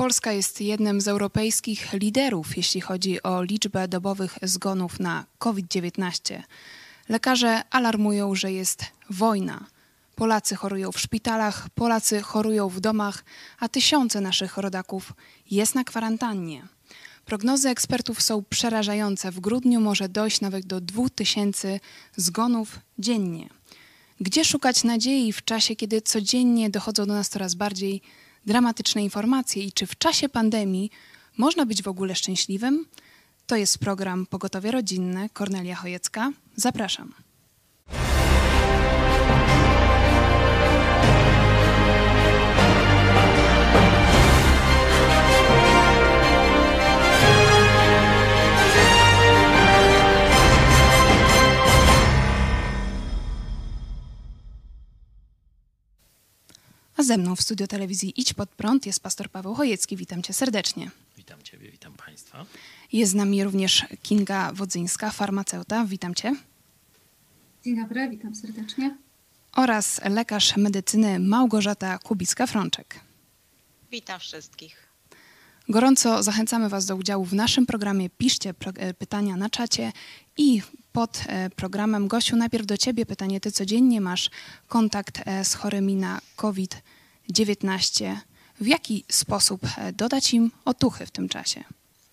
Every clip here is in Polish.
Polska jest jednym z europejskich liderów, jeśli chodzi o liczbę dobowych zgonów na COVID-19. Lekarze alarmują, że jest wojna. Polacy chorują w szpitalach, Polacy chorują w domach, a tysiące naszych rodaków jest na kwarantannie. Prognozy ekspertów są przerażające. W grudniu może dojść nawet do 2000 zgonów dziennie. Gdzie szukać nadziei w czasie, kiedy codziennie dochodzą do nas coraz bardziej dramatyczne informacje i czy w czasie pandemii można być w ogóle szczęśliwym? To jest program Pogotowie Rodzinne. Kornelia Chojecka. Zapraszam. A ze mną w studio telewizji Idź Pod Prąd jest pastor Paweł Chojecki. Witam cię serdecznie. Witam ciebie, witam państwa. Jest z nami również Kinga Wodzyńska, farmaceuta. Witam cię. Dzień dobry, witam serdecznie. Oraz lekarz medycyny Małgorzata Kubicka-Frączek. Witam wszystkich. Gorąco zachęcamy was do udziału w naszym programie. Piszcie pytania na czacie i pod programem, Gosiu, najpierw do ciebie pytanie. Ty codziennie masz kontakt z chorymi na COVID-19. W jaki sposób dodać im otuchy w tym czasie?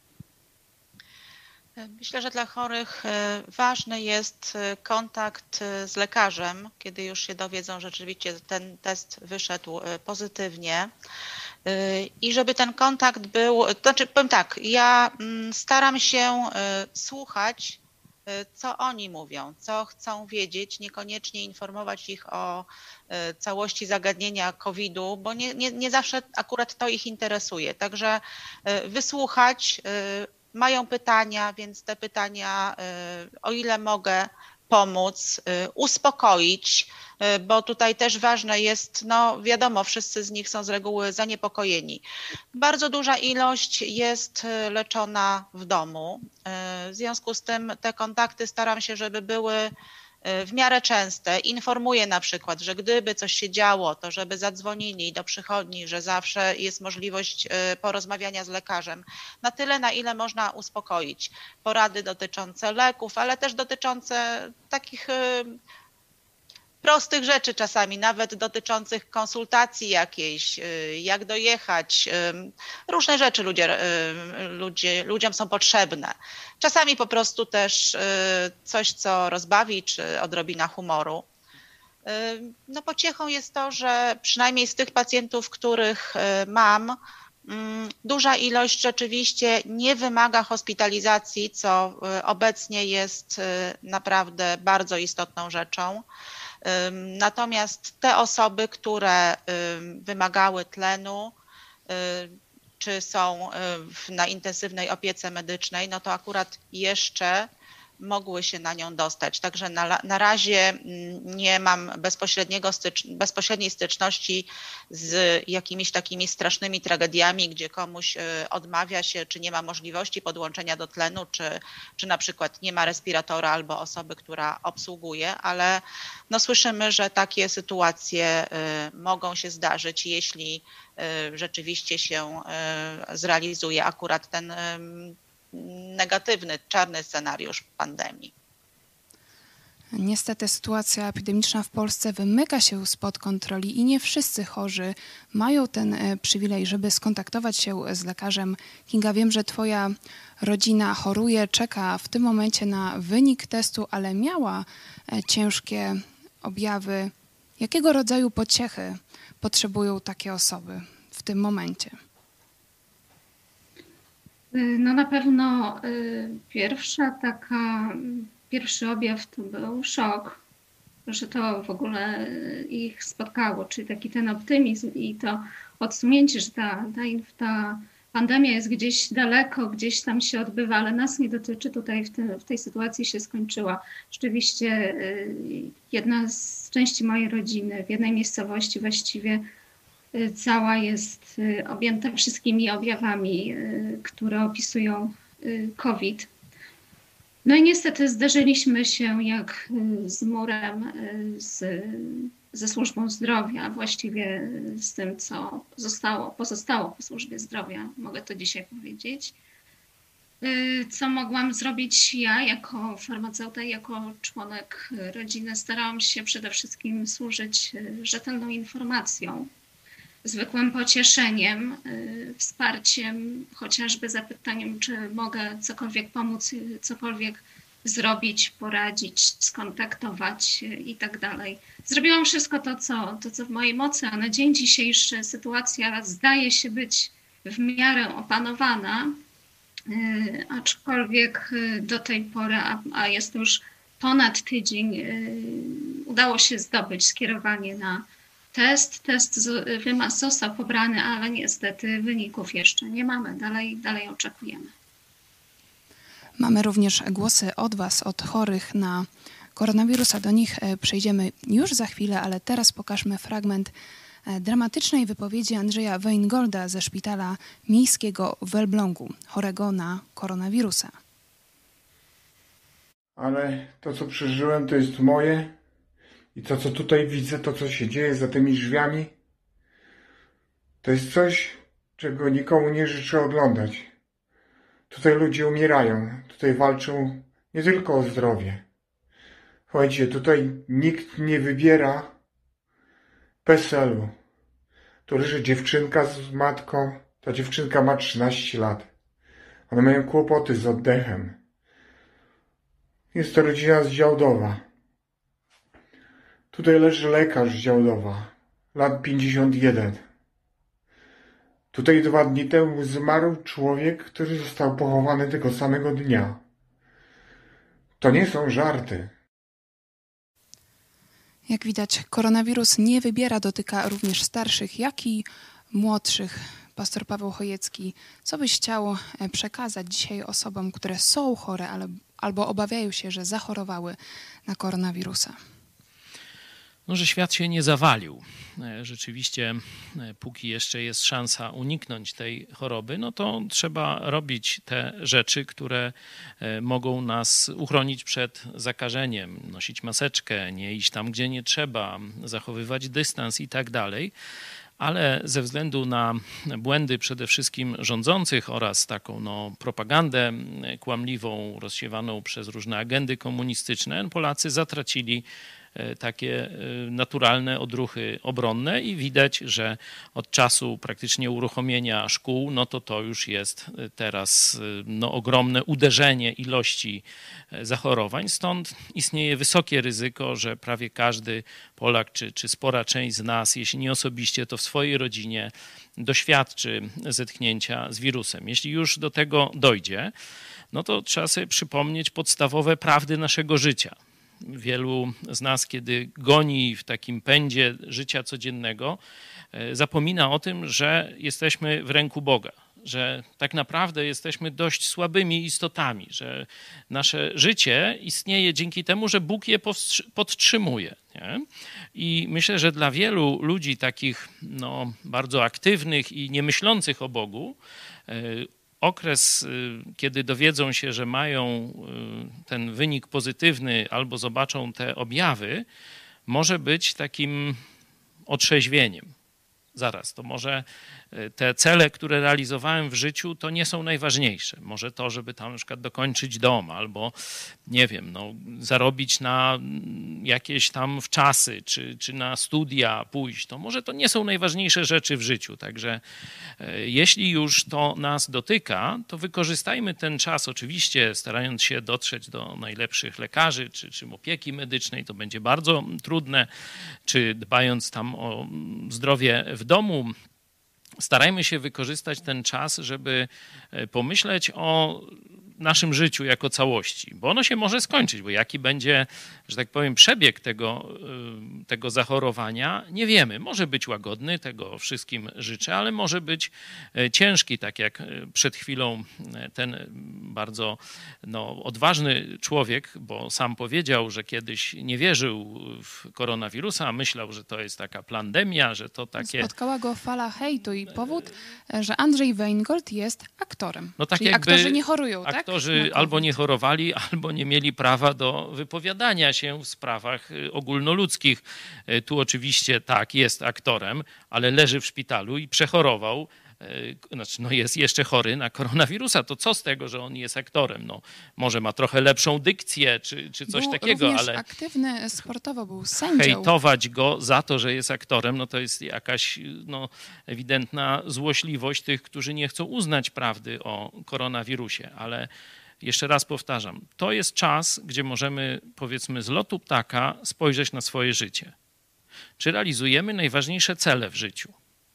Myślę, że dla chorych ważny jest kontakt z lekarzem, kiedy już się dowiedzą, że rzeczywiście ten test wyszedł pozytywnie. I żeby ten kontakt był, powiem tak, ja staram się słuchać, co oni mówią, co chcą wiedzieć, niekoniecznie informować ich o całości zagadnienia COVID-u, bo nie zawsze akurat to ich interesuje. Także wysłuchać, mają pytania, więc te pytania, o ile mogę pomóc, uspokoić, bo tutaj też ważne jest, no wiadomo, wszyscy z nich są z reguły zaniepokojeni. Bardzo duża ilość jest leczona w domu. W związku z tym te kontakty staram się, żeby były w miarę częste. Informuję na przykład, że gdyby coś się działo, to żeby zadzwonili do przychodni, że zawsze jest możliwość porozmawiania z lekarzem. Na tyle, na ile można uspokoić. Porady dotyczące leków, ale też dotyczące takich prostych rzeczy czasami, nawet dotyczących konsultacji jakiejś, jak dojechać. Różne rzeczy ludziom są potrzebne. Czasami po prostu też coś, co rozbawi, czy odrobina humoru. No pociechą jest to, że przynajmniej z tych pacjentów, których mam, duża ilość rzeczywiście nie wymaga hospitalizacji, co obecnie jest naprawdę bardzo istotną rzeczą. Natomiast te osoby, które wymagały tlenu, czy są na intensywnej opiece medycznej, no to akurat jeszcze mogły się na nią dostać. Także na razie nie mam bezpośredniej styczności z jakimiś takimi strasznymi tragediami, gdzie komuś odmawia się, czy nie ma możliwości podłączenia do tlenu, czy na przykład nie ma respiratora albo osoby, która obsługuje, ale no słyszymy, że takie sytuacje mogą się zdarzyć, jeśli rzeczywiście się zrealizuje akurat ten negatywny, czarny scenariusz pandemii. Niestety sytuacja epidemiczna w Polsce wymyka się spod kontroli i nie wszyscy chorzy mają ten przywilej, żeby skontaktować się z lekarzem. Kinga, wiem, że twoja rodzina choruje, czeka w tym momencie na wynik testu, ale miała ciężkie objawy. Jakiego rodzaju pociechy potrzebują takie osoby w tym momencie? No na pewno pierwszy objaw to był szok, że to w ogóle ich spotkało, czyli taki ten optymizm i to odsunięcie, że ta pandemia jest gdzieś daleko, gdzieś tam się odbywa, ale nas nie dotyczy, tutaj w tej sytuacji się skończyła. Rzeczywiście jedna z części mojej rodziny w jednej miejscowości właściwie cała jest objęta wszystkimi objawami, które opisują COVID. No i niestety zderzyliśmy się jak z murem, z ze służbą zdrowia, właściwie z tym, co pozostało po służbie zdrowia, mogę to dzisiaj powiedzieć. Co mogłam zrobić ja jako farmaceuta, jako członek rodziny? Starałam się przede wszystkim służyć rzetelną informacją, zwykłym pocieszeniem, wsparciem, chociażby zapytaniem, czy mogę cokolwiek pomóc, cokolwiek zrobić, poradzić, skontaktować i tak dalej. Zrobiłam wszystko to, co w mojej mocy, a na dzień dzisiejszy sytuacja zdaje się być w miarę opanowana, aczkolwiek do tej pory, a jest już ponad tydzień, udało się zdobyć skierowanie na test. Test został pobrany, ale niestety wyników jeszcze nie mamy. Dalej oczekujemy. Mamy również głosy od Was, od chorych na koronawirusa. Do nich przejdziemy już za chwilę, ale teraz pokażmy fragment dramatycznej wypowiedzi Andrzeja Weingolda ze szpitala miejskiego w Elblągu, chorego na koronawirusa. Ale to, co przeżyłem, to jest moje i to, co tutaj widzę, to, co się dzieje za tymi drzwiami, to jest coś, czego nikomu nie życzę oglądać. Tutaj ludzie umierają, tutaj walczą nie tylko o zdrowie. Słuchajcie, tutaj nikt nie wybiera PESEL-u. Tu leży dziewczynka z matką, ta dziewczynka ma 13 lat. One mają kłopoty z oddechem. Jest to rodzina z Działdowa. Tutaj leży lekarz z Działdowa, lat 51. Tutaj 2 dni temu zmarł człowiek, który został pochowany tego samego dnia. To nie są żarty. Jak widać, koronawirus nie wybiera, dotyka również starszych, jak i młodszych. Pastor Paweł Chojecki, co byś chciał przekazać dzisiaj osobom, które są chore albo obawiają się, że zachorowały na koronawirusa? No, że świat się nie zawalił. Rzeczywiście, póki jeszcze jest szansa uniknąć tej choroby, no to trzeba robić te rzeczy, które mogą nas uchronić przed zakażeniem. Nosić maseczkę, nie iść tam, gdzie nie trzeba, zachowywać dystans i tak dalej. Ale ze względu na błędy przede wszystkim rządzących oraz taką propagandę kłamliwą rozsiewaną przez różne agendy komunistyczne, Polacy zatracili takie naturalne odruchy obronne i widać, że od czasu praktycznie uruchomienia szkół, no to już jest teraz ogromne uderzenie ilości zachorowań. Stąd istnieje wysokie ryzyko, że prawie każdy Polak czy spora część z nas, jeśli nie osobiście, to w swojej rodzinie doświadczy zetknięcia z wirusem. Jeśli już do tego dojdzie, no to trzeba sobie przypomnieć podstawowe prawdy naszego życia. Wielu z nas, kiedy goni w takim pędzie życia codziennego, zapomina o tym, że jesteśmy w ręku Boga, że tak naprawdę jesteśmy dość słabymi istotami, że nasze życie istnieje dzięki temu, że Bóg je podtrzymuje. Nie? I myślę, że dla wielu ludzi takich bardzo aktywnych i niemyślących o Bogu, okres, kiedy dowiedzą się, że mają ten wynik pozytywny albo zobaczą te objawy, może być takim otrzeźwieniem. Zaraz, to może te cele, które realizowałem w życiu, to nie są najważniejsze. Może to, żeby tam na przykład dokończyć dom albo, nie wiem, zarobić na jakieś tam wczasy czy na studia pójść. To może to nie są najważniejsze rzeczy w życiu. Także jeśli już to nas dotyka, to wykorzystajmy ten czas, oczywiście starając się dotrzeć do najlepszych lekarzy czy opieki medycznej. To będzie bardzo trudne, czy dbając tam o zdrowie w domu. Starajmy się wykorzystać ten czas, żeby pomyśleć o naszym życiu jako całości, bo ono się może skończyć, bo jaki będzie, że tak powiem, przebieg tego zachorowania, nie wiemy. Może być łagodny, tego wszystkim życzę, ale może być ciężki, tak jak przed chwilą ten bardzo odważny człowiek, bo sam powiedział, że kiedyś nie wierzył w koronawirusa, a myślał, że to jest taka pandemia, że to takie... Spotkała go fala hejtu i powód, że Andrzej Weingold jest aktorem. No tak czyli jakby aktorzy nie chorują, tak? aktorzy albo nie chorowali, albo nie mieli prawa do wypowiadania się w sprawach ogólnoludzkich. Tu oczywiście tak, jest aktorem, ale leży w szpitalu i przechorował. Znaczy, no jest jeszcze chory na koronawirusa, to co z tego, że on jest aktorem? No, może ma trochę lepszą dykcję, czy coś był takiego, również ale aktywny sportowo, był sędzią. hejtować go za to, że jest aktorem, no to jest jakaś ewidentna złośliwość tych, którzy nie chcą uznać prawdy o koronawirusie. Ale jeszcze raz powtarzam, to jest czas, gdzie możemy, powiedzmy, z lotu ptaka spojrzeć na swoje życie. Czy realizujemy najważniejsze cele w życiu?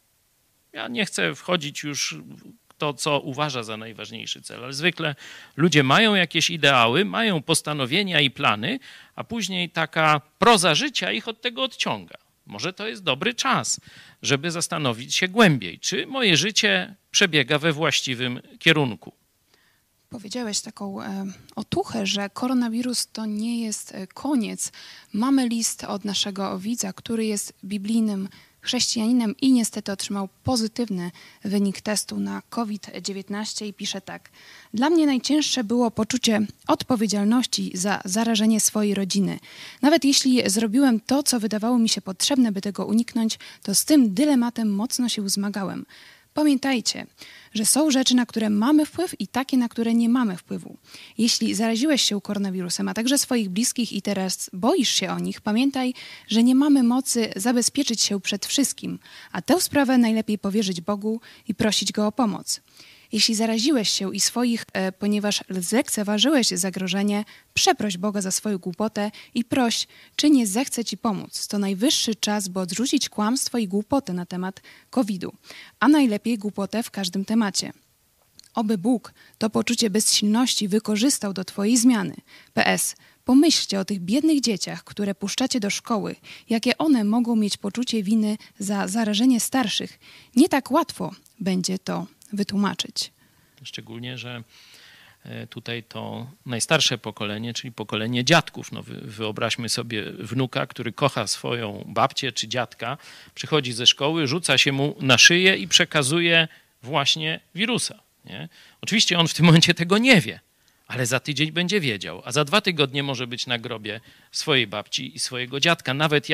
Ja nie chcę wchodzić już w to, co uważa za najważniejszy cel, ale zwykle ludzie mają jakieś ideały, mają postanowienia i plany, a później taka proza życia ich od tego odciąga. Może to jest dobry czas, żeby zastanowić się głębiej, czy moje życie przebiega we właściwym kierunku. Powiedziałeś taką otuchę, że koronawirus to nie jest koniec. Mamy list od naszego widza, który jest biblijnym chrześcijaninem i niestety otrzymał pozytywny wynik testu na COVID-19 i pisze tak. Dla mnie najcięższe było poczucie odpowiedzialności za zarażenie swojej rodziny. Nawet jeśli zrobiłem to, co wydawało mi się potrzebne, by tego uniknąć, to z tym dylematem mocno się zmagałem. Pamiętajcie, że są rzeczy, na które mamy wpływ i takie, na które nie mamy wpływu. Jeśli zaraziłeś się koronawirusem, a także swoich bliskich i teraz boisz się o nich, pamiętaj, że nie mamy mocy zabezpieczyć się przed wszystkim, a tę sprawę najlepiej powierzyć Bogu i prosić Go o pomoc. Jeśli zaraziłeś się i swoich, ponieważ zlekceważyłeś zagrożenie, przeproś Boga za swoją głupotę i proś, czy nie zechce Ci pomóc. To najwyższy czas, by odrzucić kłamstwo i głupotę na temat COVID-u, a najlepiej głupotę w każdym temacie. Oby Bóg to poczucie bezsilności wykorzystał do Twojej zmiany. PS. Pomyślcie o tych biednych dzieciach, które puszczacie do szkoły, jakie one mogą mieć poczucie winy za zarażenie starszych. Nie tak łatwo będzie to wytłumaczyć. Szczególnie, że tutaj to najstarsze pokolenie, czyli pokolenie dziadków. No wyobraźmy sobie wnuka, który kocha swoją babcię czy dziadka, przychodzi ze szkoły, rzuca się mu na szyję i przekazuje właśnie wirusa. Nie? Oczywiście on w tym momencie tego nie wie, ale za tydzień będzie wiedział, a za 2 tygodnie może być na grobie swojej babci i swojego dziadka. Nawet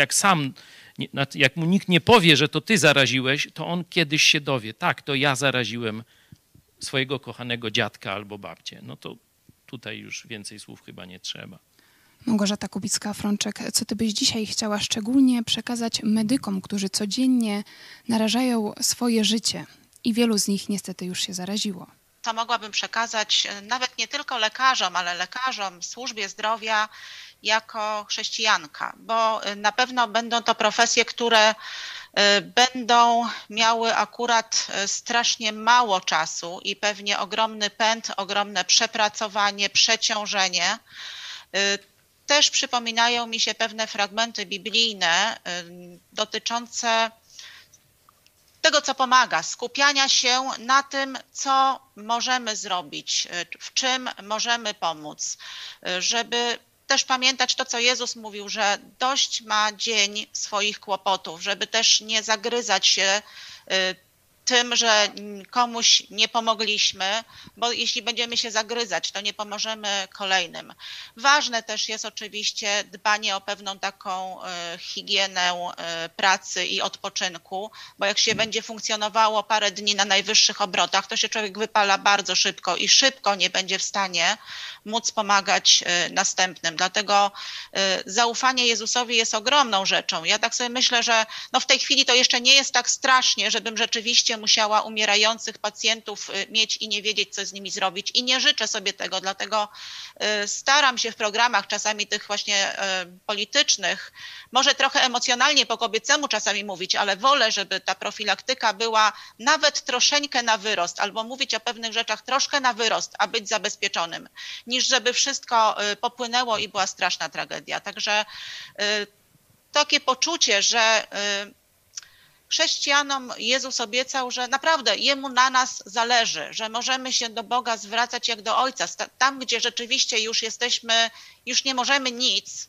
jak mu nikt nie powie, że to ty zaraziłeś, to on kiedyś się dowie. Tak, to ja zaraziłem swojego kochanego dziadka albo babcię. No to tutaj już więcej słów chyba nie trzeba. Małgorzata Kubicka-Frączek, co ty byś dzisiaj chciała szczególnie przekazać medykom, którzy codziennie narażają swoje życie i wielu z nich niestety już się zaraziło? Co mogłabym przekazać nawet nie tylko lekarzom, ale lekarzom, służbie zdrowia jako chrześcijanka, bo na pewno będą to profesje, które będą miały akurat strasznie mało czasu i pewnie ogromny pęd, ogromne przepracowanie, przeciążenie. Też przypominają mi się pewne fragmenty biblijne dotyczące tego, co pomaga, skupiania się na tym, co możemy zrobić, w czym możemy pomóc, żeby też pamiętać to, co Jezus mówił, że dość ma dzień swoich kłopotów, żeby też nie zagryzać się tym, że komuś nie pomogliśmy, bo jeśli będziemy się zagryzać, to nie pomożemy kolejnym. Ważne też jest oczywiście dbanie o pewną taką higienę pracy i odpoczynku, bo jak się będzie funkcjonowało parę dni na najwyższych obrotach, to się człowiek wypala bardzo szybko i szybko nie będzie w stanie móc pomagać następnym. Dlatego zaufanie Jezusowi jest ogromną rzeczą. Ja tak sobie myślę, że no w tej chwili to jeszcze nie jest tak strasznie, żebym rzeczywiście musiała umierających pacjentów mieć i nie wiedzieć, co z nimi zrobić. I nie życzę sobie tego, dlatego staram się w programach czasami tych właśnie politycznych, może trochę emocjonalnie po kobiecemu czasami mówić, ale wolę, żeby ta profilaktyka była nawet troszeczkę na wyrost, albo mówić o pewnych rzeczach troszkę na wyrost, a być zabezpieczonym, niż żeby wszystko popłynęło i była straszna tragedia. Także takie poczucie, że chrześcijanom Jezus obiecał, że naprawdę Jemu na nas zależy, że możemy się do Boga zwracać jak do Ojca. Tam, gdzie rzeczywiście już jesteśmy, już nie możemy nic,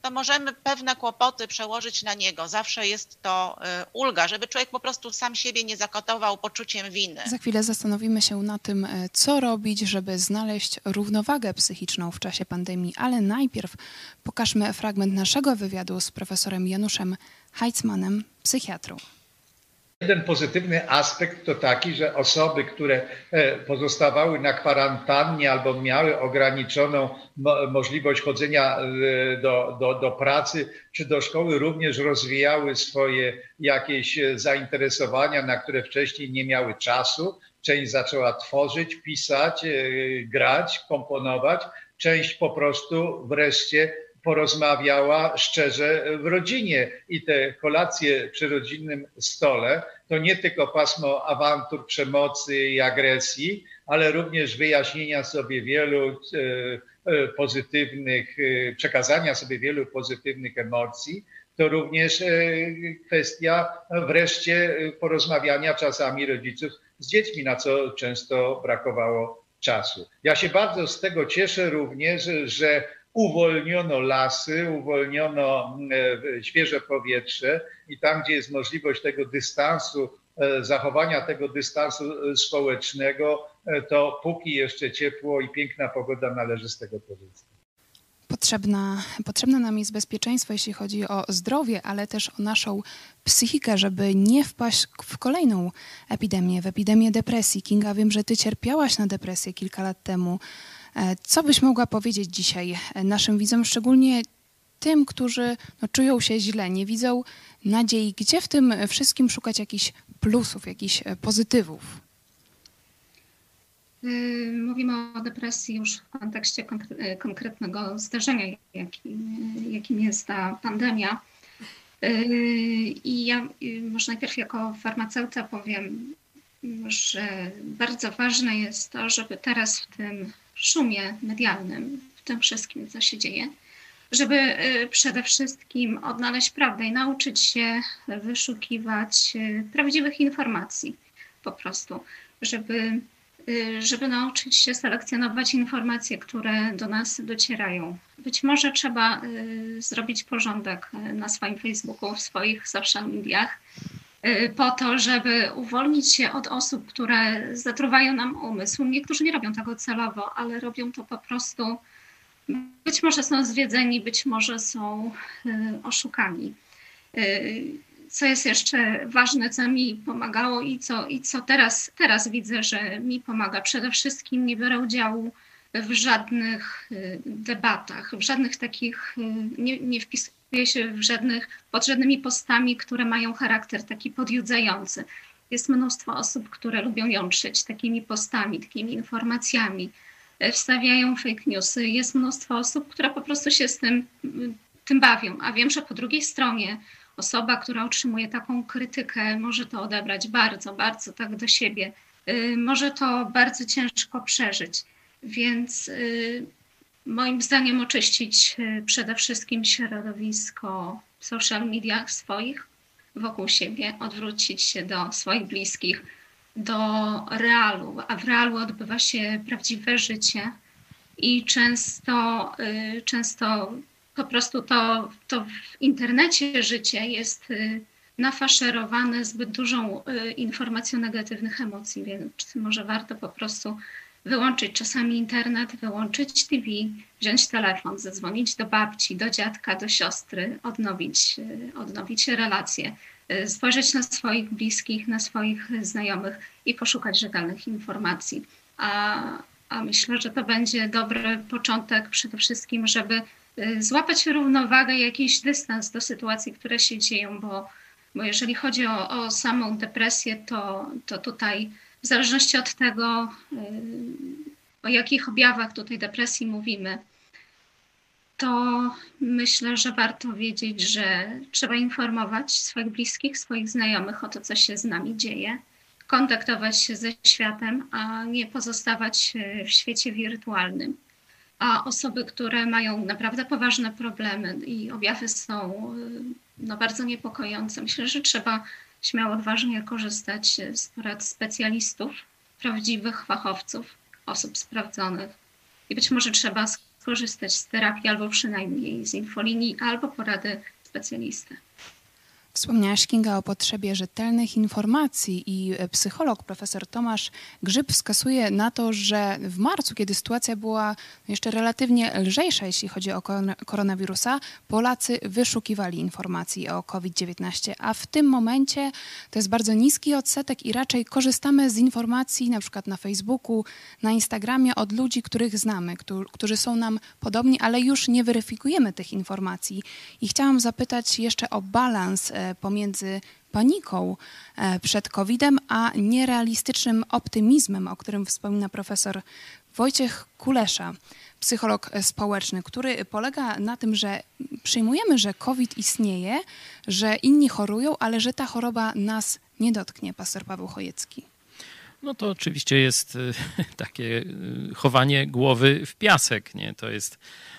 to możemy pewne kłopoty przełożyć na niego. Zawsze jest to ulga, żeby człowiek po prostu sam siebie nie zakotował poczuciem winy. Za chwilę zastanowimy się na tym, co robić, żeby znaleźć równowagę psychiczną w czasie pandemii, ale najpierw pokażmy fragment naszego wywiadu z profesorem Januszem Heitzmanem, psychiatrą. Jeden pozytywny aspekt to taki, że osoby, które pozostawały na kwarantannie albo miały ograniczoną możliwość chodzenia do pracy czy do szkoły, również rozwijały swoje jakieś zainteresowania, na które wcześniej nie miały czasu. Część zaczęła tworzyć, pisać, grać, komponować. Część po prostu wreszcie porozmawiała szczerze w rodzinie i te kolacje przy rodzinnym stole to nie tylko pasmo awantur, przemocy i agresji, ale również wyjaśnienia sobie wielu pozytywnych, przekazania sobie wielu pozytywnych emocji. To również kwestia wreszcie porozmawiania czasami rodziców z dziećmi, na co często brakowało czasu. Ja się bardzo z tego cieszę również, że uwolniono lasy, uwolniono świeże powietrze i tam, gdzie jest możliwość tego dystansu, zachowania tego dystansu społecznego, to póki jeszcze ciepło i piękna pogoda, należy z tego korzystać. Potrzebne nam jest bezpieczeństwo, jeśli chodzi o zdrowie, ale też o naszą psychikę, żeby nie wpaść w kolejną epidemię, w epidemię depresji. Kinga, wiem, że ty cierpiałaś na depresję kilka lat temu. Co byś mogła powiedzieć dzisiaj naszym widzom, szczególnie tym, którzy czują się źle, nie widzą nadziei? Gdzie w tym wszystkim szukać jakichś plusów, jakichś pozytywów? Mówimy o depresji już w kontekście konkretnego zdarzenia, jakim jest ta pandemia. I ja może najpierw jako farmaceuta powiem, że bardzo ważne jest to, żeby teraz w tym szumie medialnym, w tym wszystkim, co się dzieje, żeby przede wszystkim odnaleźć prawdę i nauczyć się wyszukiwać prawdziwych informacji po prostu, żeby nauczyć się selekcjonować informacje, które do nas docierają. Być może trzeba zrobić porządek na swoim Facebooku, w swoich social mediach, po to, żeby uwolnić się od osób, które zatruwają nam umysł. Niektórzy nie robią tego celowo, ale robią to po prostu. Być może są zwiedzeni, być może są oszukani. Co jest jeszcze ważne, co mi pomagało i co teraz widzę, że mi pomaga. Przede wszystkim nie biorę udziału w żadnych debatach, w żadnych takich, nie wpisuję się pod żadnymi postami, które mają charakter taki podjudzający. Jest mnóstwo osób, które lubią jątrzyć takimi postami, takimi informacjami, wstawiają fake newsy. Jest mnóstwo osób, które po prostu się z tym bawią, a wiem, że po drugiej stronie osoba, która otrzymuje taką krytykę, może to odebrać bardzo, bardzo tak do siebie. Może to bardzo ciężko przeżyć. Więc moim zdaniem oczyścić przede wszystkim środowisko w social mediach swoich, wokół siebie, odwrócić się do swoich bliskich, do realu, a w realu odbywa się prawdziwe życie i często po prostu to w internecie życie jest nafaszerowane zbyt dużą informacją negatywnych emocji, więc może warto po prostu wyłączyć czasami internet, wyłączyć TV, wziąć telefon, zadzwonić do babci, do dziadka, do siostry, odnowić relacje, spojrzeć na swoich bliskich, na swoich znajomych i poszukać rzetelnych informacji. A myślę, że to będzie dobry początek przede wszystkim, żeby złapać równowagę, jakiś dystans do sytuacji, które się dzieją, bo jeżeli chodzi o samą depresję, to tutaj w zależności od tego, o jakich objawach tutaj depresji mówimy, to myślę, że warto wiedzieć, że trzeba informować swoich bliskich, swoich znajomych o to, co się z nami dzieje, kontaktować się ze światem, a nie pozostawać w świecie wirtualnym. A osoby, które mają naprawdę poważne problemy i objawy są bardzo niepokojące, myślę, że trzeba śmiało, odważnie korzystać z porad specjalistów, prawdziwych fachowców, osób sprawdzonych. I być może trzeba skorzystać z terapii albo przynajmniej z infolinii albo porady specjalisty. Wspomniałaś, Kinga, o potrzebie rzetelnych informacji i psycholog profesor Tomasz Grzyb wskazuje na to, że w marcu, kiedy sytuacja była jeszcze relatywnie lżejsza, jeśli chodzi o koronawirusa, Polacy wyszukiwali informacji o COVID-19, a w tym momencie to jest bardzo niski odsetek i raczej korzystamy z informacji na przykład na Facebooku, na Instagramie od ludzi, których znamy, którzy są nam podobni, ale już nie weryfikujemy tych informacji. I chciałam zapytać jeszcze o balans pomiędzy paniką przed COVID-em, a nierealistycznym optymizmem, o którym wspomina profesor Wojciech Kulesza, psycholog społeczny, który polega na tym, że przyjmujemy, że COVID istnieje, że inni chorują, ale że ta choroba nas nie dotknie. Pastor Paweł Chojecki. No to oczywiście jest takie chowanie głowy w piasek, nie? To jest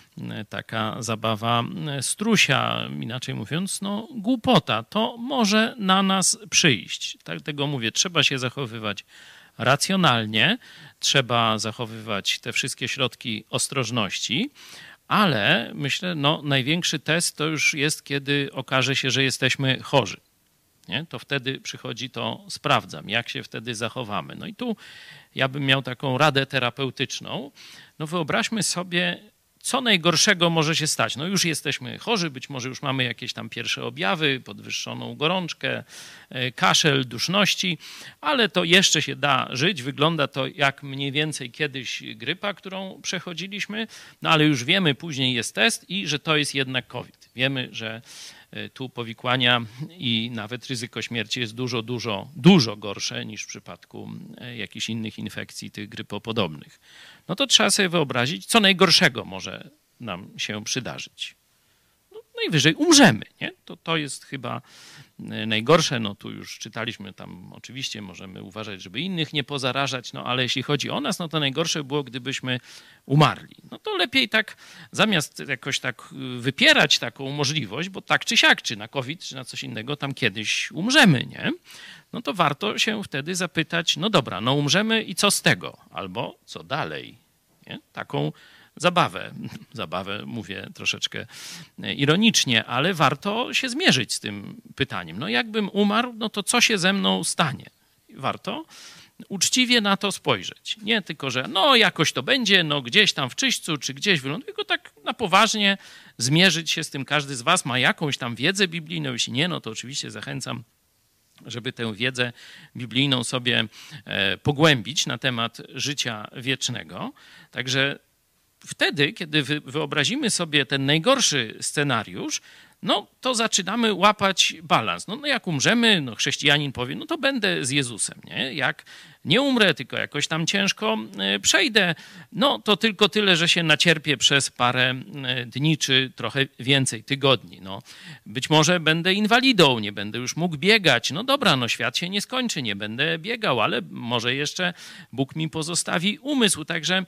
taka zabawa strusia, inaczej mówiąc, no głupota. To może na nas przyjść. Dlatego mówię, trzeba się zachowywać racjonalnie, trzeba zachowywać te wszystkie środki ostrożności, ale myślę, no największy test to już jest, kiedy okaże się, że jesteśmy chorzy. Nie? To wtedy przychodzi to sprawdzam, jak się wtedy zachowamy. No i tu ja bym miał taką radę terapeutyczną. No wyobraźmy sobie, co najgorszego może się stać. No już jesteśmy chorzy, być może już mamy jakieś tam pierwsze objawy, podwyższoną gorączkę, kaszel, duszności, ale to jeszcze się da żyć. Wygląda to jak mniej więcej kiedyś grypa, którą przechodziliśmy, no ale już wiemy, później jest test i że to jest jednak COVID. Wiemy, że tu powikłania i nawet ryzyko śmierci jest dużo gorsze niż w przypadku jakichś innych infekcji, tych grypopodobnych. No to trzeba sobie wyobrazić, co najgorszego może nam się przydarzyć. No, najwyżej umrzemy, nie? To jest chyba najgorsze. No tu już czytaliśmy tam, oczywiście możemy uważać, żeby innych nie pozarażać, no ale jeśli chodzi o nas, no to najgorsze było, gdybyśmy umarli. No to lepiej tak, zamiast jakoś tak wypierać taką możliwość, bo tak czy siak, czy na COVID, czy na coś innego, tam kiedyś umrzemy, nie? No to warto się wtedy zapytać, no dobra, no umrzemy i co z tego? Albo co dalej? Nie? Taką zabawę mówię troszeczkę ironicznie, ale warto się zmierzyć z tym pytaniem. No jakbym umarł, no to co się ze mną stanie? Warto uczciwie na to spojrzeć. Nie tylko, że no jakoś to będzie, no gdzieś tam w czyśćcu, czy gdzieś wyląduje, tylko tak na poważnie zmierzyć się z tym. Każdy z was ma jakąś tam wiedzę biblijną, jeśli nie, no to oczywiście zachęcam, żeby tę wiedzę biblijną sobie pogłębić na temat życia wiecznego. Także wtedy, kiedy wyobrazimy sobie ten najgorszy scenariusz, no to zaczynamy łapać balans. No jak umrzemy, no chrześcijanin powie, no to będę z Jezusem, nie? Jak nie umrę, tylko jakoś tam ciężko przejdę, no to tylko tyle, że się nacierpię przez parę dni, czy trochę więcej, tygodni. No, być może będę inwalidą, nie będę już mógł biegać. No dobra, no świat się nie skończy, nie będę biegał, ale może jeszcze Bóg mi pozostawi umysł. Także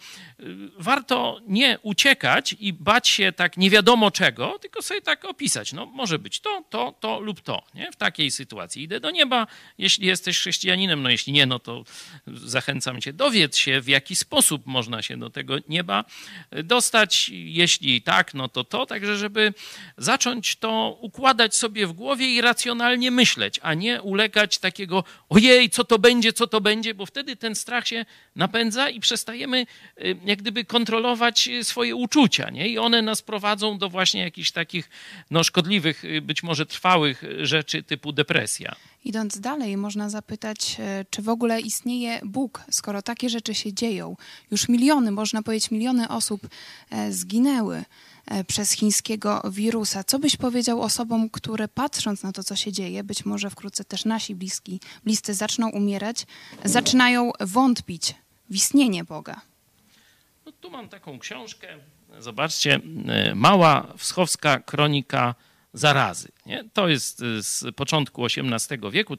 warto nie uciekać i bać się tak nie wiadomo czego, tylko sobie tak opisać. No może być to lub to. Nie? W takiej sytuacji idę do nieba, jeśli jesteś chrześcijaninem, no jeśli nie, no to zachęcam cię, dowiedz się, w jaki sposób można się do tego nieba dostać. Jeśli tak, no to. Także żeby zacząć to układać sobie w głowie i racjonalnie myśleć, a nie ulegać takiego ojej, co to będzie, bo wtedy ten strach się napędza i przestajemy jak gdyby kontrolować swoje uczucia, nie? I one nas prowadzą do właśnie jakichś takich no, szkodliwych, być może trwałych rzeczy typu depresja. Idąc dalej, można zapytać, czy w ogóle istnieje Bóg, skoro takie rzeczy się dzieją. Już miliony, można powiedzieć, miliony osób zginęły przez chińskiego wirusa. Co byś powiedział osobom, które patrząc na to, co się dzieje, być może wkrótce też nasi bliscy zaczną umierać, zaczynają wątpić w istnienie Boga? No, tu mam taką książkę, zobaczcie, Mała Wschowska Kronika Zarazy. Nie? To jest z początku XVIII wieku,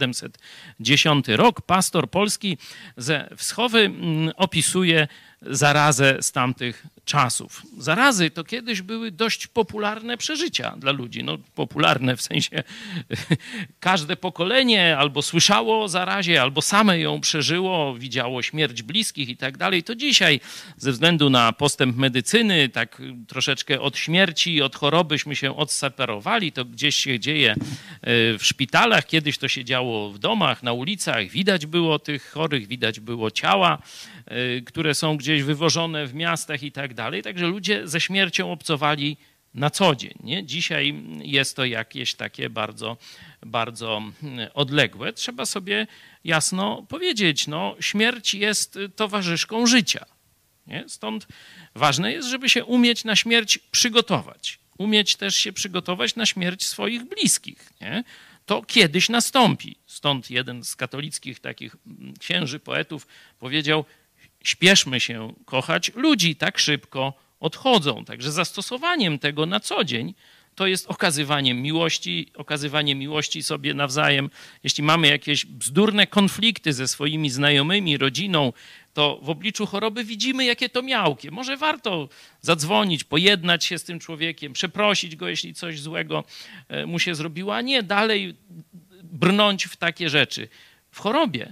1710 rok. Pastor polski ze Wschowy opisuje zarazę z tamtych czasów. Zarazy to kiedyś były dość popularne przeżycia dla ludzi. No, popularne w sensie każde pokolenie albo słyszało o zarazie, albo same ją przeżyło, widziało śmierć bliskich i tak dalej. To dzisiaj ze względu na postęp medycyny, tak troszeczkę od śmierci, od chorobyśmy się odseparowali. To gdzieś się dzieje w szpitalach. Kiedyś to się działo w domach, na ulicach. Widać było tych chorych, widać było ciała, które są gdzieś wywożone w miastach i tak dalej. Także ludzie ze śmiercią obcowali na co dzień. Nie? Dzisiaj jest to jakieś takie bardzo, bardzo odległe. Trzeba sobie jasno powiedzieć, no, śmierć jest towarzyszką życia. Nie? Stąd ważne jest, żeby się umieć na śmierć przygotować. Umieć też się przygotować na śmierć swoich bliskich. Nie? To kiedyś nastąpi. Stąd jeden z katolickich takich księży, poetów powiedział: śpieszmy się kochać ludzi, tak szybko odchodzą. Także zastosowaniem tego na co dzień to jest okazywanie miłości sobie nawzajem. Jeśli mamy jakieś bzdurne konflikty ze swoimi znajomymi, rodziną, to w obliczu choroby widzimy, jakie to miałkie. Może warto zadzwonić, pojednać się z tym człowiekiem, przeprosić go, jeśli coś złego mu się zrobiło, a nie dalej brnąć w takie rzeczy. W chorobie,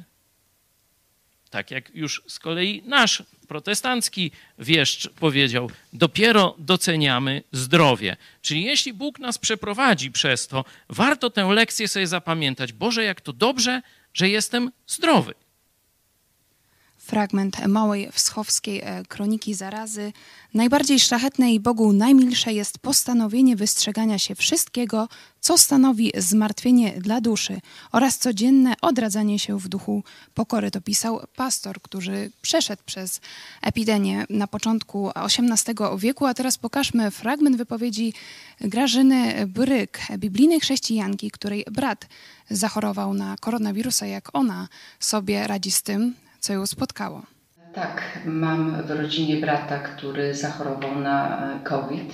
tak jak już z kolei nasz protestancki wieszcz powiedział, dopiero doceniamy zdrowie. Czyli jeśli Bóg nas przeprowadzi przez to, warto tę lekcję sobie zapamiętać. Boże, jak to dobrze, że jestem zdrowy. Fragment małej wschowskiej kroniki zarazy. Najbardziej szlachetne i Bogu najmilsze jest postanowienie wystrzegania się wszystkiego, co stanowi zmartwienie dla duszy oraz codzienne odradzanie się w duchu pokory. To pisał pastor, który przeszedł przez epidemię na początku XVIII wieku. A teraz pokażmy fragment wypowiedzi Grażyny Bryk, biblijnej chrześcijanki, której brat zachorował na koronawirusa. Jak ona sobie radzi z tym, co ją spotkało? Tak, mam w rodzinie brata, który zachorował na COVID.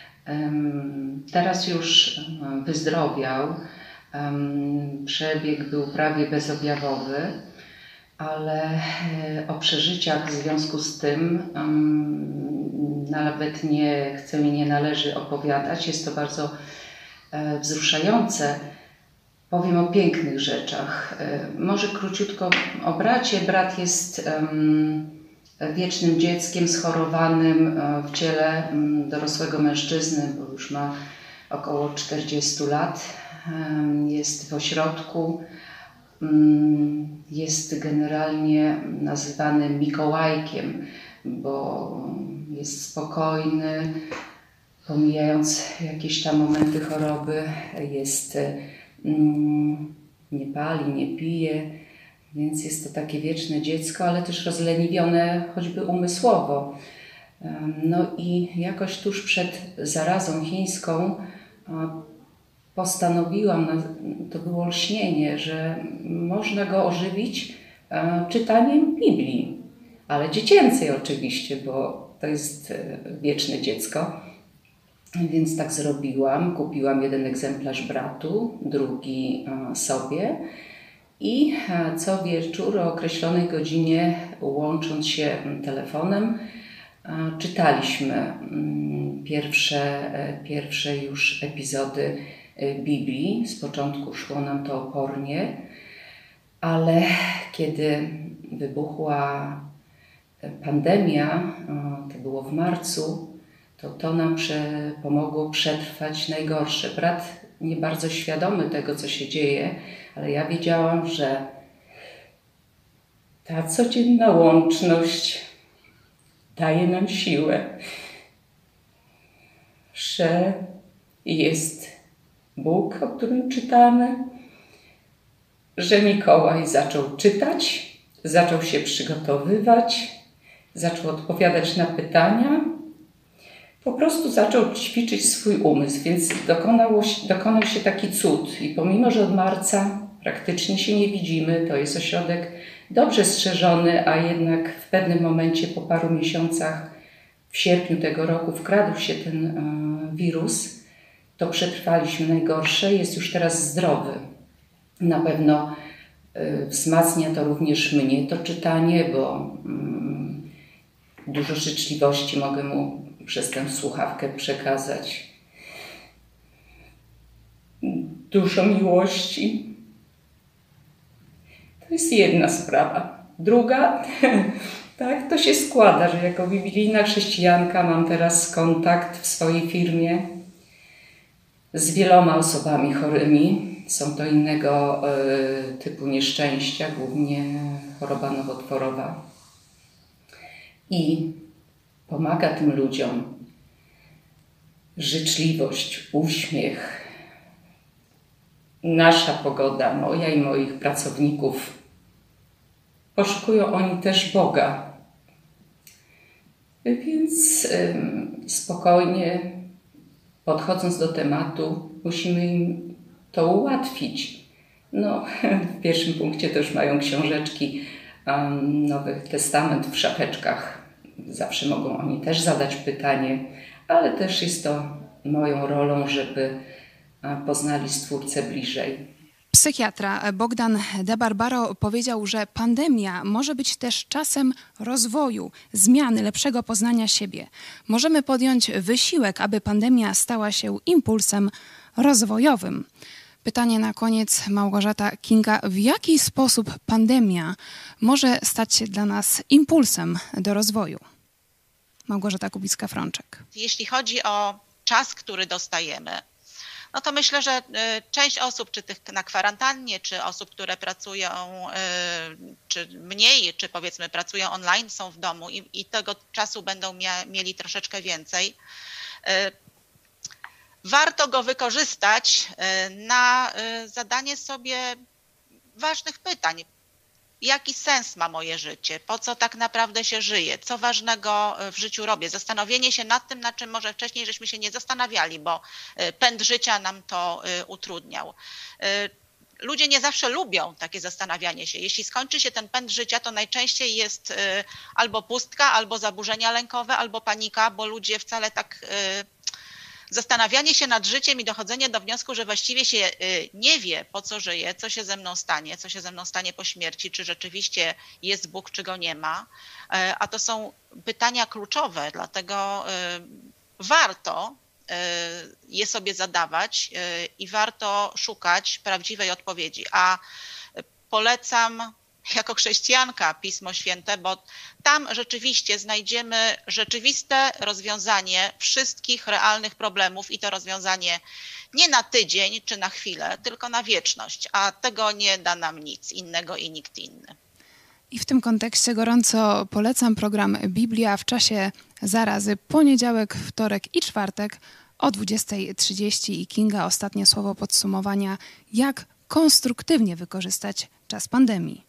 Teraz już wyzdrowiał. Przebieg był prawie bezobjawowy, ale o przeżyciach w związku z tym nawet nie chcę i nie należy opowiadać. Jest to bardzo wzruszające. Powiem o pięknych rzeczach. Może króciutko o bracie. Brat jest wiecznym dzieckiem schorowanym w ciele dorosłego mężczyzny, bo już ma około 40 lat. Jest w ośrodku. Jest generalnie nazywany Mikołajkiem, bo jest spokojny, pomijając jakieś tam momenty choroby, jest... nie pali, nie pije, więc jest to takie wieczne dziecko, ale też rozleniwione choćby umysłowo. No i jakoś tuż przed zarazą chińską postanowiłam, to było lśnienie, że można go ożywić czytaniem Biblii, ale dziecięcej oczywiście, bo to jest wieczne dziecko. Więc tak zrobiłam. Kupiłam jeden egzemplarz bratu, drugi sobie i co wieczór o określonej godzinie, łącząc się telefonem, czytaliśmy pierwsze już epizody Biblii. Z początku szło nam to opornie, ale kiedy wybuchła pandemia, to było w marcu, to nam pomogło przetrwać najgorsze. Brat nie bardzo świadomy tego, co się dzieje, ale ja wiedziałam, że ta codzienna łączność daje nam siłę, że jest Bóg, o którym czytamy, że Mikołaj zaczął czytać, zaczął się przygotowywać, zaczął odpowiadać na pytania, po prostu zaczął ćwiczyć swój umysł, więc dokonał się taki cud. I pomimo, że od marca praktycznie się nie widzimy, to jest ośrodek dobrze strzeżony, a jednak w pewnym momencie po paru miesiącach, w sierpniu tego roku, wkradł się ten wirus, to przetrwaliśmy najgorsze, jest już teraz zdrowy. Na pewno wzmacnia to również mnie, to czytanie, bo dużo życzliwości mogę mu przez tę słuchawkę przekazać. Dużo miłości. To jest jedna sprawa. Druga, tak, to się składa, że jako biblijna chrześcijanka mam teraz kontakt w swojej firmie z wieloma osobami chorymi. Są to innego typu nieszczęścia, głównie choroba nowotworowa. I pomaga tym ludziom życzliwość, uśmiech, nasza pogoda, moja i moich pracowników. Poszukują oni też Boga. Więc spokojnie podchodząc do tematu, musimy im to ułatwić. No, w pierwszym punkcie też mają książeczki Nowy Testament w szapeczkach. Zawsze mogą oni też zadać pytanie, ale też jest to moją rolą, żeby poznali Stwórcę bliżej. Psychiatra Bogdan De Barbaro powiedział, że pandemia może być też czasem rozwoju, zmiany, lepszego poznania siebie. Możemy podjąć wysiłek, aby pandemia stała się impulsem rozwojowym. Pytanie na koniec, Małgorzata Kinga. W jaki sposób pandemia może stać się dla nas impulsem do rozwoju? Małgorzata Kubicka-Frączek. Jeśli chodzi o czas, który dostajemy, no to myślę, że część osób, czy tych na kwarantannie, czy osób, które pracują, czy mniej, czy powiedzmy pracują online, są w domu i tego czasu będą mieli troszeczkę więcej. Warto go wykorzystać na zadanie sobie ważnych pytań. Jaki sens ma moje życie? Po co tak naprawdę się żyje? Co ważnego w życiu robię? Zastanowienie się nad tym, nad czym może wcześniej żeśmy się nie zastanawiali, bo pęd życia nam to utrudniał. Ludzie nie zawsze lubią takie zastanawianie się. Jeśli skończy się ten pęd życia, to najczęściej jest albo pustka, albo zaburzenia lękowe, albo panika, bo ludzie wcale tak... Zastanawianie się nad życiem i dochodzenie do wniosku, że właściwie się nie wie, po co żyje, co się ze mną stanie po śmierci, czy rzeczywiście jest Bóg, czy go nie ma. A to są pytania kluczowe, dlatego warto je sobie zadawać i warto szukać prawdziwej odpowiedzi. A polecam jako chrześcijanka Pismo Święte, bo tam rzeczywiście znajdziemy rzeczywiste rozwiązanie wszystkich realnych problemów i to rozwiązanie nie na tydzień czy na chwilę, tylko na wieczność, a tego nie da nam nic innego i nikt inny. I w tym kontekście gorąco polecam program Biblia w czasie zarazy poniedziałek, wtorek i czwartek o 20:30 i Kinga, ostatnie słowo podsumowania, jak konstruktywnie wykorzystać czas pandemii.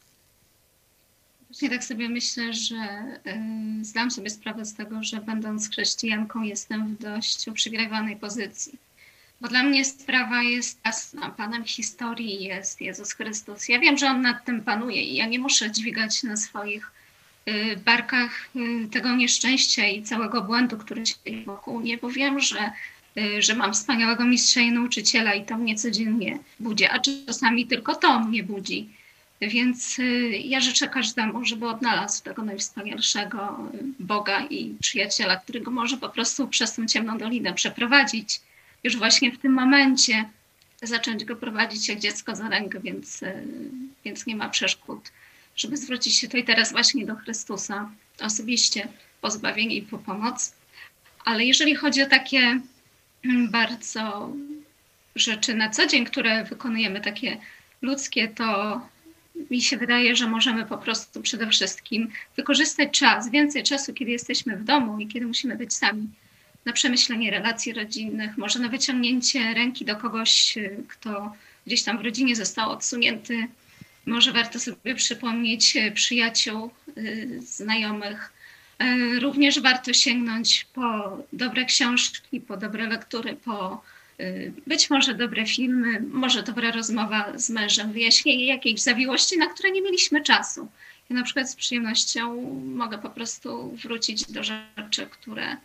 Właśnie tak sobie myślę, że zdam sobie sprawę z tego, że będąc chrześcijanką jestem w dość uprzywilejowanej pozycji. Bo dla mnie sprawa jest jasna. Panem historii jest Jezus Chrystus. Ja wiem, że On nad tym panuje i ja nie muszę dźwigać na swoich barkach tego nieszczęścia i całego błędu, który się dzieje wokół mnie, bo wiem, że mam wspaniałego mistrza i nauczyciela i to mnie codziennie budzi, a czasami tylko to mnie budzi. Więc ja życzę każdemu, żeby odnalazł tego najwspanialszego Boga i przyjaciela, którego może po prostu przez tę ciemną dolinę przeprowadzić. Już właśnie w tym momencie zacząć go prowadzić jak dziecko za rękę, więc nie ma przeszkód, żeby zwrócić się tu i teraz właśnie do Chrystusa osobiście po zbawienie i po pomoc. Ale jeżeli chodzi o takie bardzo rzeczy na co dzień, które wykonujemy, takie ludzkie, to mi się wydaje, że możemy po prostu przede wszystkim wykorzystać czas, więcej czasu, kiedy jesteśmy w domu i kiedy musimy być sami, na przemyślenie relacji rodzinnych, może na wyciągnięcie ręki do kogoś, kto gdzieś tam w rodzinie został odsunięty. Może warto sobie przypomnieć przyjaciół, znajomych. Również warto sięgnąć po dobre książki, po dobre lektury, po być może dobre filmy, może dobra rozmowa z mężem, wyjaśnienie jakiejś zawiłości, na które nie mieliśmy czasu. Ja na przykład z przyjemnością mogę po prostu wrócić do rzeczy, które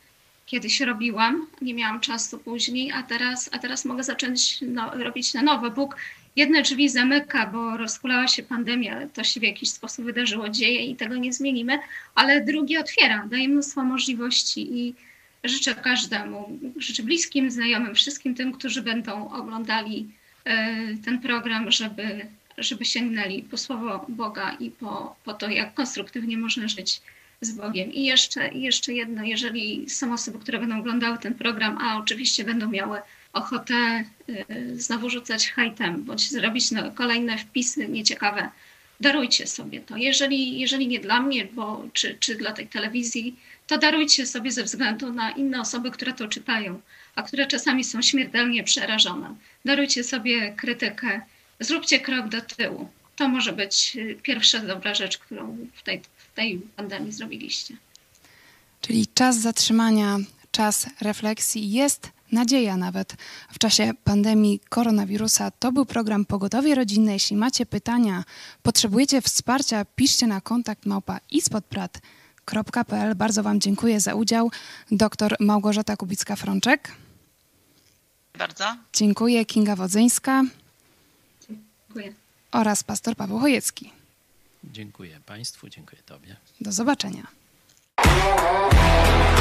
kiedyś robiłam, nie miałam czasu później, a teraz mogę zacząć robić na nowo. Bóg jedne drzwi zamyka, bo rozkulała się pandemia, to się w jakiś sposób wydarzyło, dzieje i tego nie zmienimy, ale drugi otwiera, daje mnóstwo możliwości i życzę każdemu, życzę bliskim, znajomym, wszystkim tym, którzy będą oglądali ten program, żeby sięgnęli po słowo Boga i po to, jak konstruktywnie można żyć z Bogiem. I jeszcze jedno, jeżeli są osoby, które będą oglądały ten program, a oczywiście będą miały ochotę znowu rzucać hejtem, bądź zrobić kolejne wpisy nieciekawe, darujcie sobie to. Jeżeli nie dla mnie, czy dla tej telewizji, to darujcie sobie ze względu na inne osoby, które to czytają, a które czasami są śmiertelnie przerażone. Darujcie sobie krytykę, zróbcie krok do tyłu. To może być pierwsza dobra rzecz, którą w tej pandemii zrobiliście. Czyli czas zatrzymania, czas refleksji, jest nadzieja nawet w czasie pandemii koronawirusa. To był program Pogotowie Rodzinne. Jeśli macie pytania, potrzebujecie wsparcia, piszcie na kontakt @ispodprat.pl. Bardzo Wam dziękuję za udział. Dr Małgorzata Kubicka-Frączek. Bardzo. Dziękuję. Kinga Wodzyńska. Dziękuję. Oraz pastor Paweł Chojecki. Dziękuję Państwu, dziękuję Tobie. Do zobaczenia.